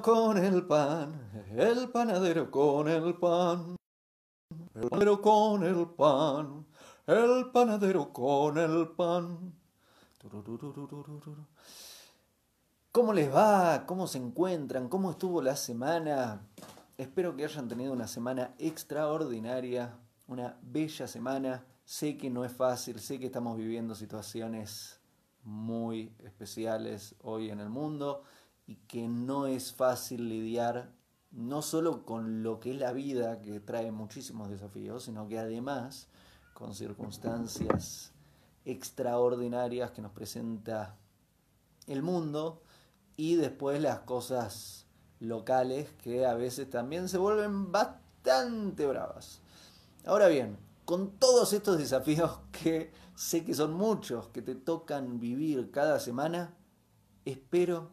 con el pan, el panadero con el pan, el panadero con el pan, el panadero con el pan. Tururururururu. ¿Cómo les va? ¿Cómo se encuentran? ¿Cómo estuvo la semana? Espero que hayan tenido una semana extraordinaria, una bella semana. Sé que no es fácil, sé que estamos viviendo situaciones muy especiales hoy en el mundo y que no es fácil lidiar no solo con lo que es la vida, que trae muchísimos desafíos, sino que además con circunstancias extraordinarias que nos presenta el mundo y después las cosas locales que a veces también se vuelven bastante bravas. Ahora bien, con todos estos desafíos que sé que son muchos, que te tocan vivir cada semana, espero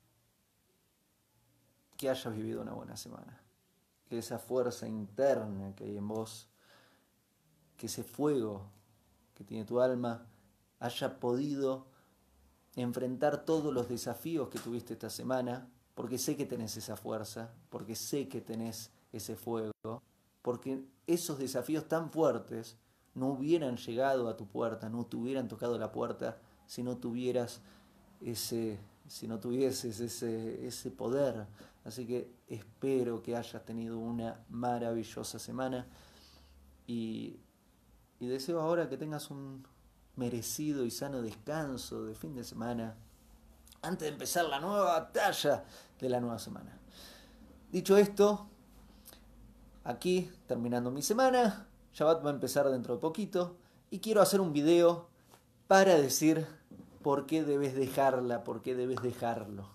que hayas vivido una buena semana. Que esa fuerza interna que hay en vos, que ese fuego que tiene tu alma, haya podido enfrentar todos los desafíos que tuviste esta semana, porque sé que tenés esa fuerza, porque sé que tenés ese fuego, porque esos desafíos tan fuertes no hubieran llegado a tu puerta, no te hubieran tocado la puerta si no tuvieras si no tuvieses ese poder. Así que espero que hayas tenido una maravillosa semana y, y deseo ahora que tengas un merecido y sano descanso de fin de semana antes de empezar la nueva batalla de la nueva semana. Dicho esto, aquí terminando mi semana, Shabbat va a empezar dentro de poquito y quiero hacer un video para decir por qué debes dejarla, por qué debes dejarlo.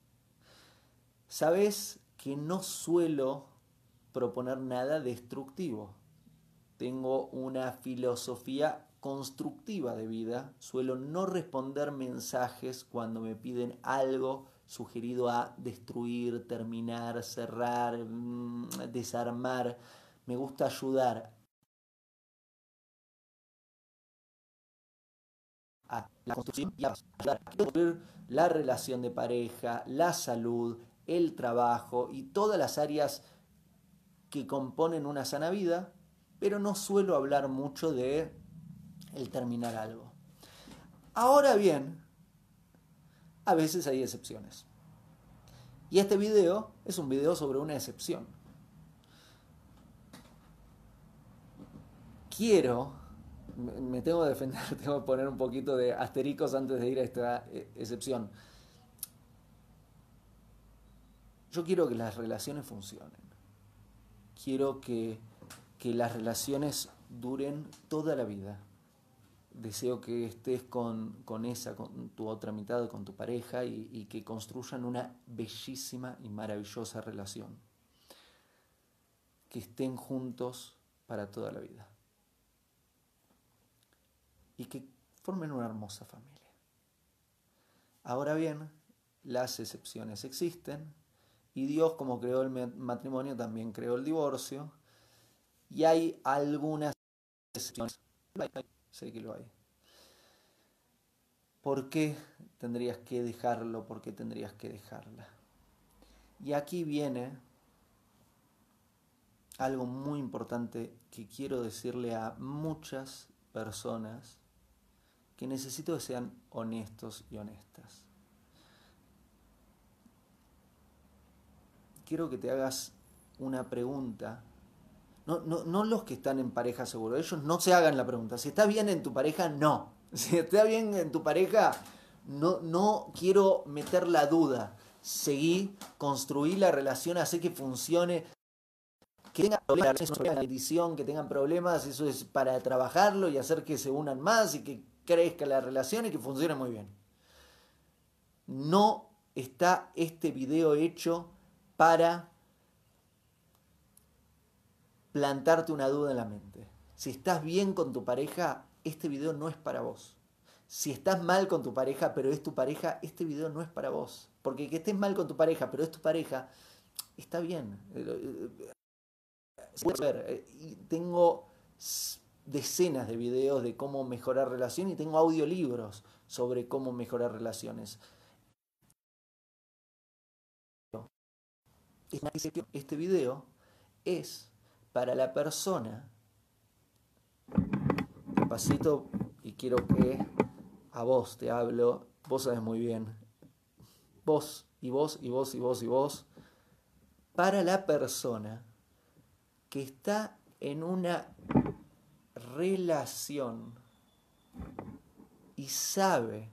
Sabes que no suelo proponer nada destructivo. Tengo una filosofía constructiva de vida. Suelo no responder mensajes cuando me piden algo sugerido a destruir, terminar, cerrar, desarmar. Me gusta ayudar a la construcción y a ayudar a construir la relación de pareja, la salud, el trabajo y todas las áreas que componen una sana vida, pero no suelo hablar mucho de el terminar algo. Ahora bien, a veces hay excepciones. Y este video es un video sobre una excepción. Me tengo que defender, tengo que poner un poquito de astericos antes de ir a esta excepción. Yo quiero que las relaciones funcionen. Quiero que las relaciones duren toda la vida. Deseo que estés con tu otra mitad, con tu pareja y que construyan una bellísima y maravillosa relación. Que estén juntos para toda la vida. Y que formen una hermosa familia. Ahora bien, las excepciones existen y Dios, como creó el matrimonio, también creó el divorcio y hay algunas excepciones. Sé que lo hay. ¿Por qué tendrías que dejarlo? ¿Por qué tendrías que dejarla? Y aquí viene algo muy importante que quiero decirle a muchas personas que necesito que sean honestos y honestas. Quiero que te hagas una pregunta. No los que están en pareja seguro, ellos no se hagan la pregunta. Si estás bien en tu pareja, no. Si estás bien en tu pareja, no quiero meter la duda. Seguí, construí la relación, hacé que funcione. Que tengan problemas, eso es una bendición, que tengan problemas, eso es para trabajarlo y hacer que se unan más y que crezca la relación y que funcione muy bien. No está este video hecho para plantarte una duda en la mente. Si estás bien con tu pareja, este video no es para vos. Si estás mal con tu pareja, pero es tu pareja, este video no es para vos. Porque que estés mal con tu pareja, pero es tu pareja, está bien. Tengo decenas de videos de cómo mejorar relaciones y tengo audiolibros sobre cómo mejorar relaciones. Este video es para la persona, despacito, y quiero que a vos te hablo, vos sabés muy bien, vos, y vos, y vos, y vos, y vos, para la persona que está en una relación y sabe,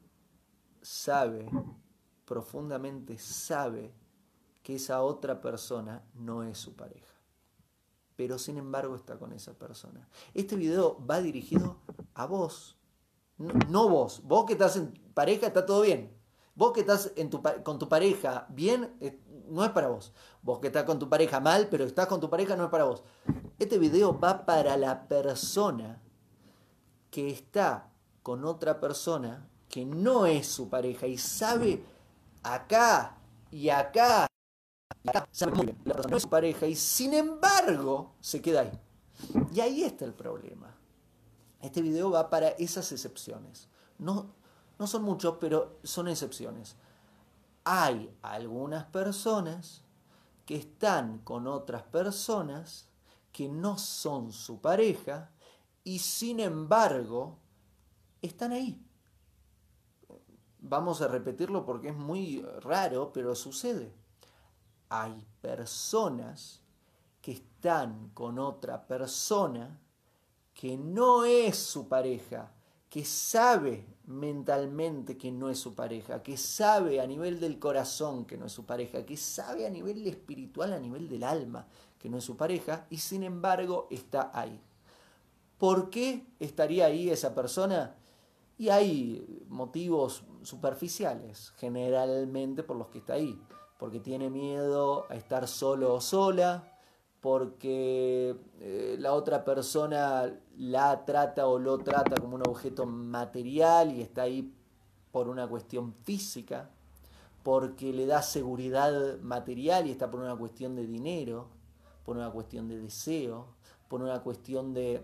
profundamente sabe que esa otra persona no es su pareja, pero sin embargo está con esa persona. Este video va dirigido a vos, no vos que estás en pareja, está todo bien. Vos que estás con tu pareja bien, no es para vos. Vos que estás con tu pareja mal, pero estás con tu pareja, no es para vos. Este video va para la persona que está con otra persona que no es su pareja y sabe acá y acá, sabe muy bien, la persona no es su pareja y sin embargo se queda ahí. Y ahí está el problema. Este video va para esas excepciones. No son muchos, pero son excepciones. Hay algunas personas que están con otras personas que no son su pareja y sin embargo están ahí. Vamos a repetirlo porque es muy raro, pero sucede. Hay personas que están con otra persona que no es su pareja, que sabe mentalmente que no es su pareja, que sabe a nivel del corazón que no es su pareja, que sabe a nivel espiritual, a nivel del alma que no es su pareja, y sin embargo está ahí. ¿Por qué estaría ahí esa persona? Y hay motivos superficiales, generalmente por los que está ahí, porque tiene miedo a estar solo o sola, porque la otra persona la trata o lo trata como un objeto material y está ahí por una cuestión física, porque le da seguridad material y está por una cuestión de dinero, por una cuestión de deseo, por una cuestión de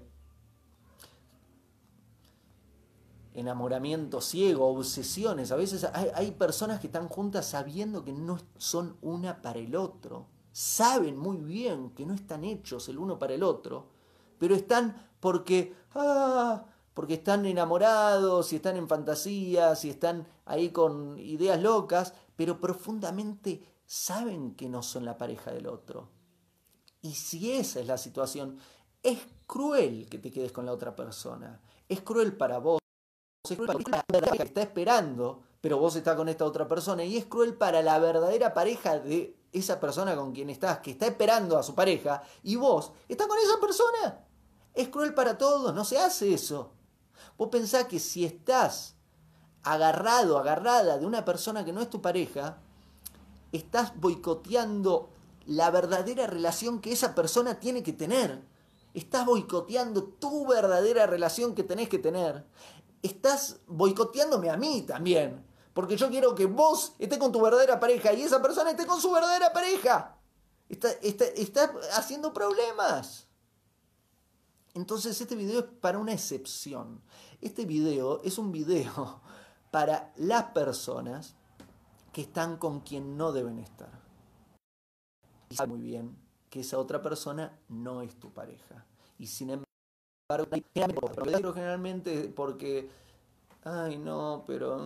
enamoramiento ciego, obsesiones. A veces hay personas que están juntas sabiendo que no son una para el otro. Saben muy bien que no están hechos el uno para el otro, pero están porque están enamorados y están en fantasías y están ahí con ideas locas, pero profundamente saben que no son la pareja del otro. Y si esa es la situación, es cruel que te quedes con la otra persona. Es cruel para vos. Es cruel para la pareja que está esperando, pero vos estás con esta otra persona, y es cruel para la verdadera pareja de esa persona con quien estás, que está esperando a su pareja, y vos estás con esa persona. Es cruel para todos, no se hace eso. Vos pensás que si estás agarrado, agarrada de una persona que no es tu pareja, estás boicoteando la verdadera relación que esa persona tiene que tener. Estás boicoteando tu verdadera relación que tenés que tener. Estás boicoteándome a mí también. Porque yo quiero que vos estés con tu verdadera pareja y esa persona esté con su verdadera pareja. Está haciendo problemas. Entonces este video es para una excepción. Este video es un video para las personas que están con quien no deben estar. Y sabes muy bien que esa otra persona no es tu pareja. Y sin embargo, generalmente porque, ay no, pero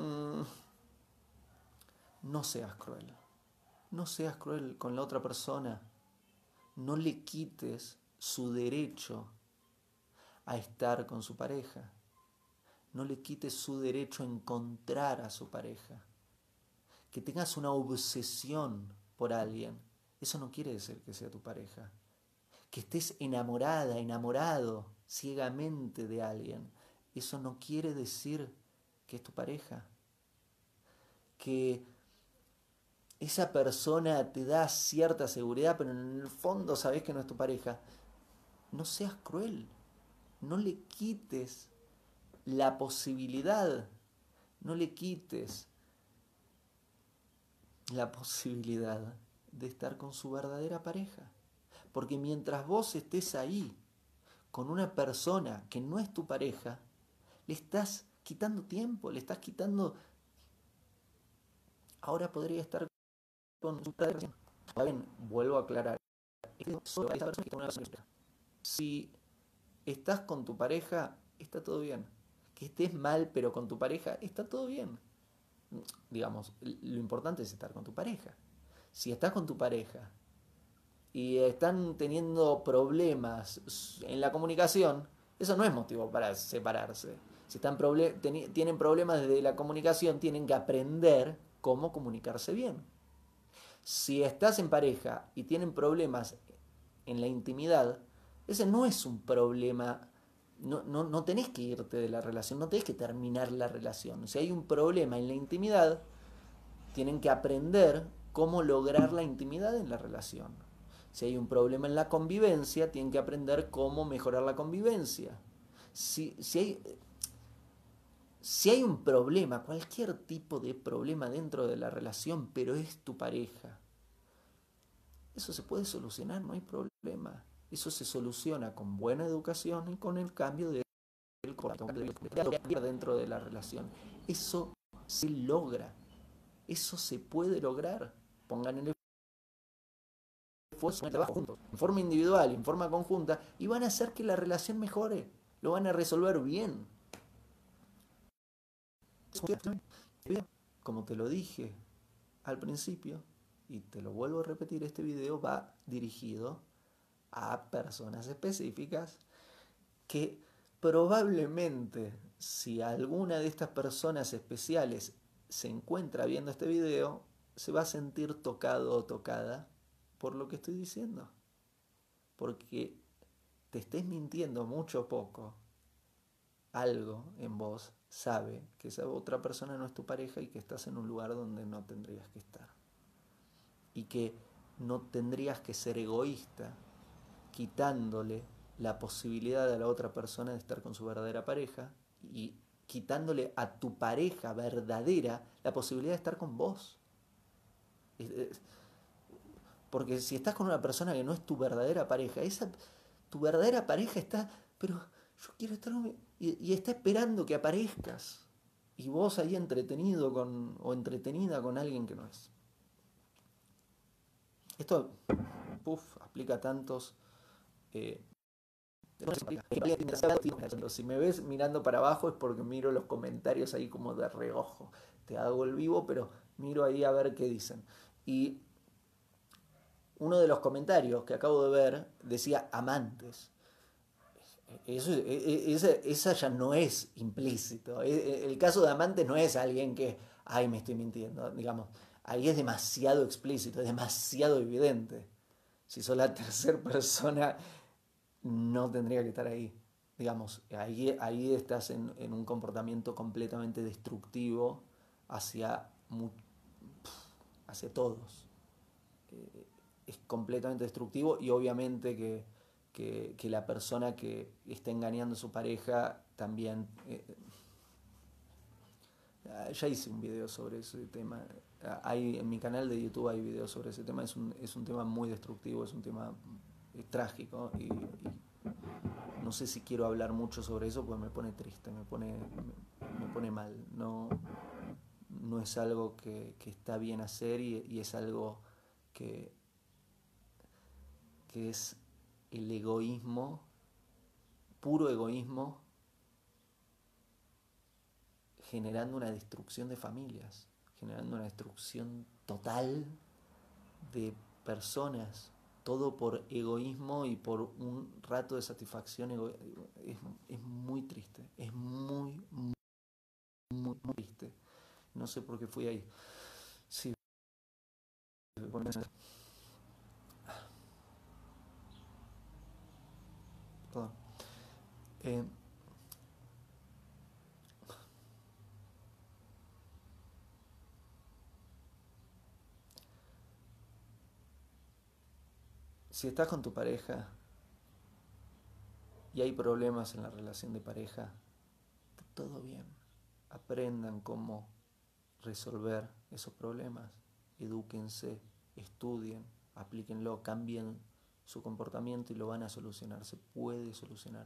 no seas cruel. No seas cruel con la otra persona. No le quites su derecho a estar con su pareja. No le quites su derecho a encontrar a su pareja. Que tengas una obsesión por alguien, eso no quiere decir que sea tu pareja. Que estés enamorada, enamorado ciegamente de alguien, eso no quiere decir que es tu pareja. Que esa persona te da cierta seguridad, pero en el fondo sabes que no es tu pareja. No seas cruel, no le quites la posibilidad, no le quites la posibilidad de estar con su verdadera pareja. Porque mientras vos estés ahí con una persona que no es tu pareja, le estás quitando tiempo, le estás quitando... Ahora podría estar con su pareja. bien, vuelvo a aclarar. Solo esta persona que está una persona. Si estás con tu pareja, está todo bien. Que estés mal, pero con tu pareja, está todo bien. Digamos, lo importante es estar con tu pareja. Si estás con tu pareja y están teniendo problemas en la comunicación, eso no es motivo para separarse. Si tienen problemas de la comunicación, tienen que aprender cómo comunicarse bien. Si estás en pareja y tienen problemas en la intimidad, ese no es un problema. No tenés que irte de la relación, no tenés que terminar la relación. Si hay un problema en la intimidad, tienen que aprender cómo lograr la intimidad en la relación. Si hay un problema en la convivencia, tienen que aprender cómo mejorar la convivencia. Si hay un problema, cualquier tipo de problema dentro de la relación, pero es tu pareja, eso se puede solucionar, no hay problema. Eso se soluciona con buena educación y con el cambio del comportamiento dentro de la relación. Eso se logra, eso se puede lograr. Pongan el esfuerzo, el trabajo juntos, en forma individual, en forma conjunta, y van a hacer que la relación mejore, lo van a resolver bien. Como te lo dije al principio, y te lo vuelvo a repetir, este video va dirigido a personas específicas que probablemente, si alguna de estas personas especiales se encuentra viendo este video, se va a sentir tocado o tocada por lo que estoy diciendo. Porque te estés mintiendo mucho o poco, algo en vos sabe que esa otra persona no es tu pareja y que estás en un lugar donde no tendrías que estar. Y que no tendrías que ser egoísta quitándole la posibilidad a la otra persona de estar con su verdadera pareja y quitándole a tu pareja verdadera la posibilidad de estar con vos. Porque si estás con una persona que no es tu verdadera pareja, tu verdadera pareja está, pero yo quiero estar y está esperando que aparezcas. Y vos ahí entretenido o entretenida con alguien que no es. Esto, aplica a tantos. Si me ves mirando para abajo es porque miro los comentarios ahí como de reojo. Te hago el vivo, pero miro ahí a ver qué dicen. Y uno de los comentarios que acabo de ver decía amantes. Esa ya no es implícito. El caso de amantes no es alguien que, ay, me estoy mintiendo. Digamos, ahí es demasiado explícito, es demasiado evidente. Si sos la tercera persona, no tendría que estar ahí. Digamos, ahí estás en un comportamiento completamente destructivo hacia, hacia todos. Es completamente destructivo y obviamente que la persona que está engañando a su pareja también... ya hice un video sobre ese tema. En mi canal de YouTube hay videos sobre ese tema. Es un tema muy destructivo, es un tema trágico y no sé si quiero hablar mucho sobre eso porque me pone triste, me pone mal. No es algo que está bien hacer y es algo que es el egoísmo, puro egoísmo, generando una destrucción de familias, generando una destrucción total de personas, todo por egoísmo y por un rato de satisfacción. Es muy triste, es muy, muy, muy triste. No sé por qué fui ahí. Sí. Perdón. Si estás con tu pareja y hay problemas en la relación de pareja, está todo bien. Aprendan cómo resolver esos problemas, edúquense, estudien, aplíquenlo, cambien su comportamiento y lo van a solucionar. Se puede solucionar.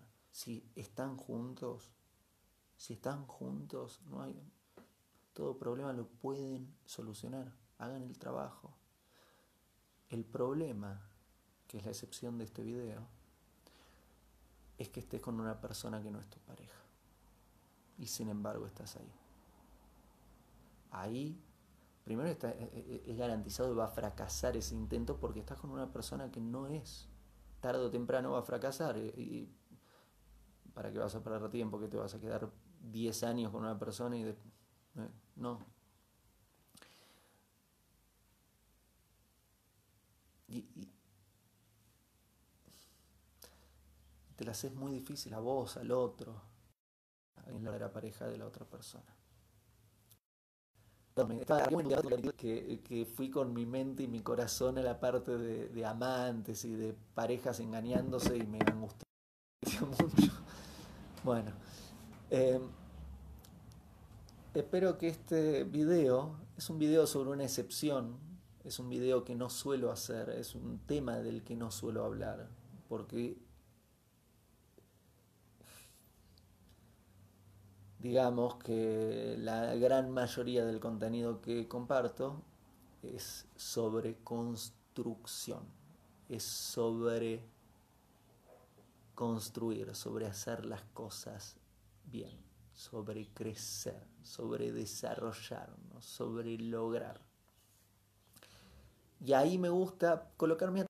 Si están juntos, no hay todo problema, lo pueden solucionar. Hagan el trabajo. El problema, que es la excepción de este video, es que estés con una persona que no es tu pareja. Y sin embargo estás ahí. Ahí, primero es garantizado que va a fracasar ese intento porque estás con una persona que no es. Tarde o temprano va a fracasar. Y ¿para qué vas a perder tiempo? ¿Que te vas a quedar 10 años con una persona y no? Y te la haces muy difícil a vos, al otro, en la pareja de la otra persona. Que fui con mi mente y mi corazón a la parte de amantes y de parejas engañándose y me angustió mucho. Bueno, espero que este video es un video sobre una excepción, es un video que no suelo hacer, es un tema del que no suelo hablar, porque digamos que la gran mayoría del contenido que comparto es sobre construcción, es sobre construir, sobre hacer las cosas bien, sobre crecer, sobre desarrollarnos, sobre lograr. Y ahí me gusta colocarme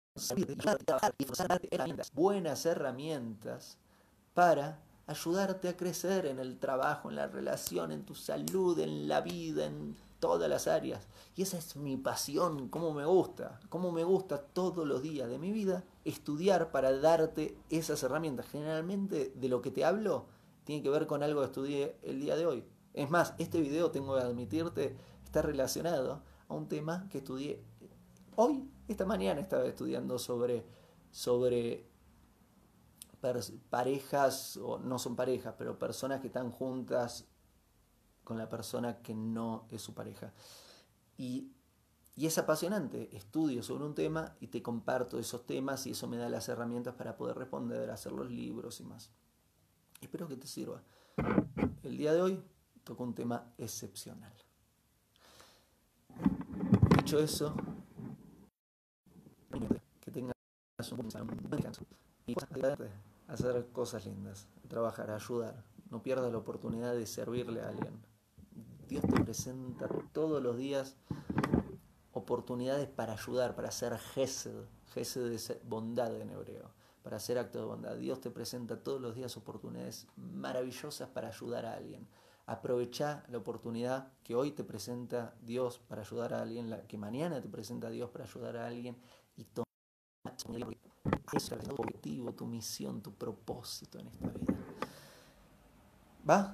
buenas herramientas para ayudarte a crecer en el trabajo, en la relación, en tu salud, en la vida, en todas las áreas. Y esa es mi pasión, cómo me gusta todos los días de mi vida estudiar para darte esas herramientas. Generalmente de lo que te hablo tiene que ver con algo que estudié el día de hoy. Es más, este video, tengo que admitirte, está relacionado a un tema que estudié hoy. Esta mañana estaba estudiando sobre parejas, o no son parejas, pero personas que están juntas con la persona que no es su pareja. Y es apasionante. Estudio sobre un tema y te comparto esos temas y eso me da las herramientas para poder responder, hacer los libros y más. Espero que te sirva. El día de hoy toco un tema excepcional. Dicho eso, que tengas un buen descanso y hacer cosas lindas, trabajar, ayudar. No pierdas la oportunidad de servirle a alguien. Dios te presenta todos los días oportunidades para ayudar, para hacer gesed. Gesed es bondad en hebreo, para hacer acto de bondad. Dios te presenta todos los días oportunidades maravillosas para ayudar a alguien. Aprovecha la oportunidad que hoy te presenta Dios para ayudar a alguien, que mañana te presenta Dios para ayudar a alguien, y toma eso es tu objetivo, tu misión, tu propósito en esta vida. ¿Va?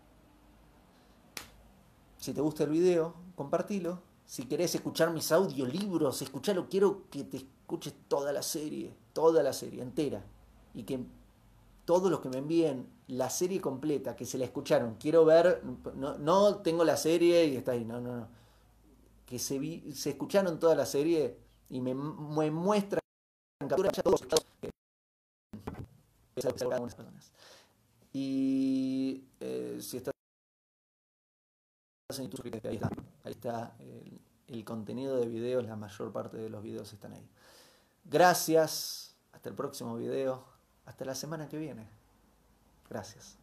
Si te gusta el video, compartilo. Si querés escuchar mis audiolibros, escuchalo. Quiero que te escuches toda la serie entera. Y que todos los que me envíen la serie completa, que se la escucharon, quiero ver, no tengo la serie y está ahí, no. Que se escucharon toda la serie y me muestran captura todos algunas personas. Y si estás en YouTube, ahí está el contenido de videos, la mayor parte de los videos están ahí. Gracias, hasta el próximo video, hasta la semana que viene. Gracias.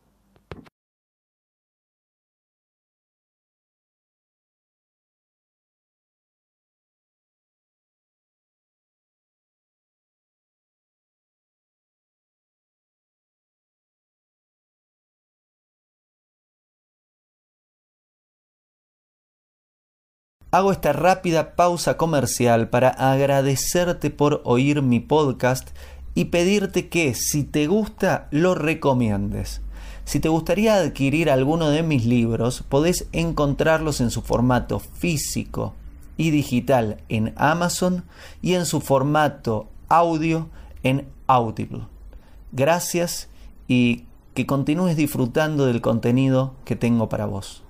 Hago esta rápida pausa comercial para agradecerte por oír mi podcast y pedirte que, si te gusta, lo recomiendes. Si te gustaría adquirir alguno de mis libros, podés encontrarlos en su formato físico y digital en Amazon y en su formato audio en Audible. Gracias y que continúes disfrutando del contenido que tengo para vos.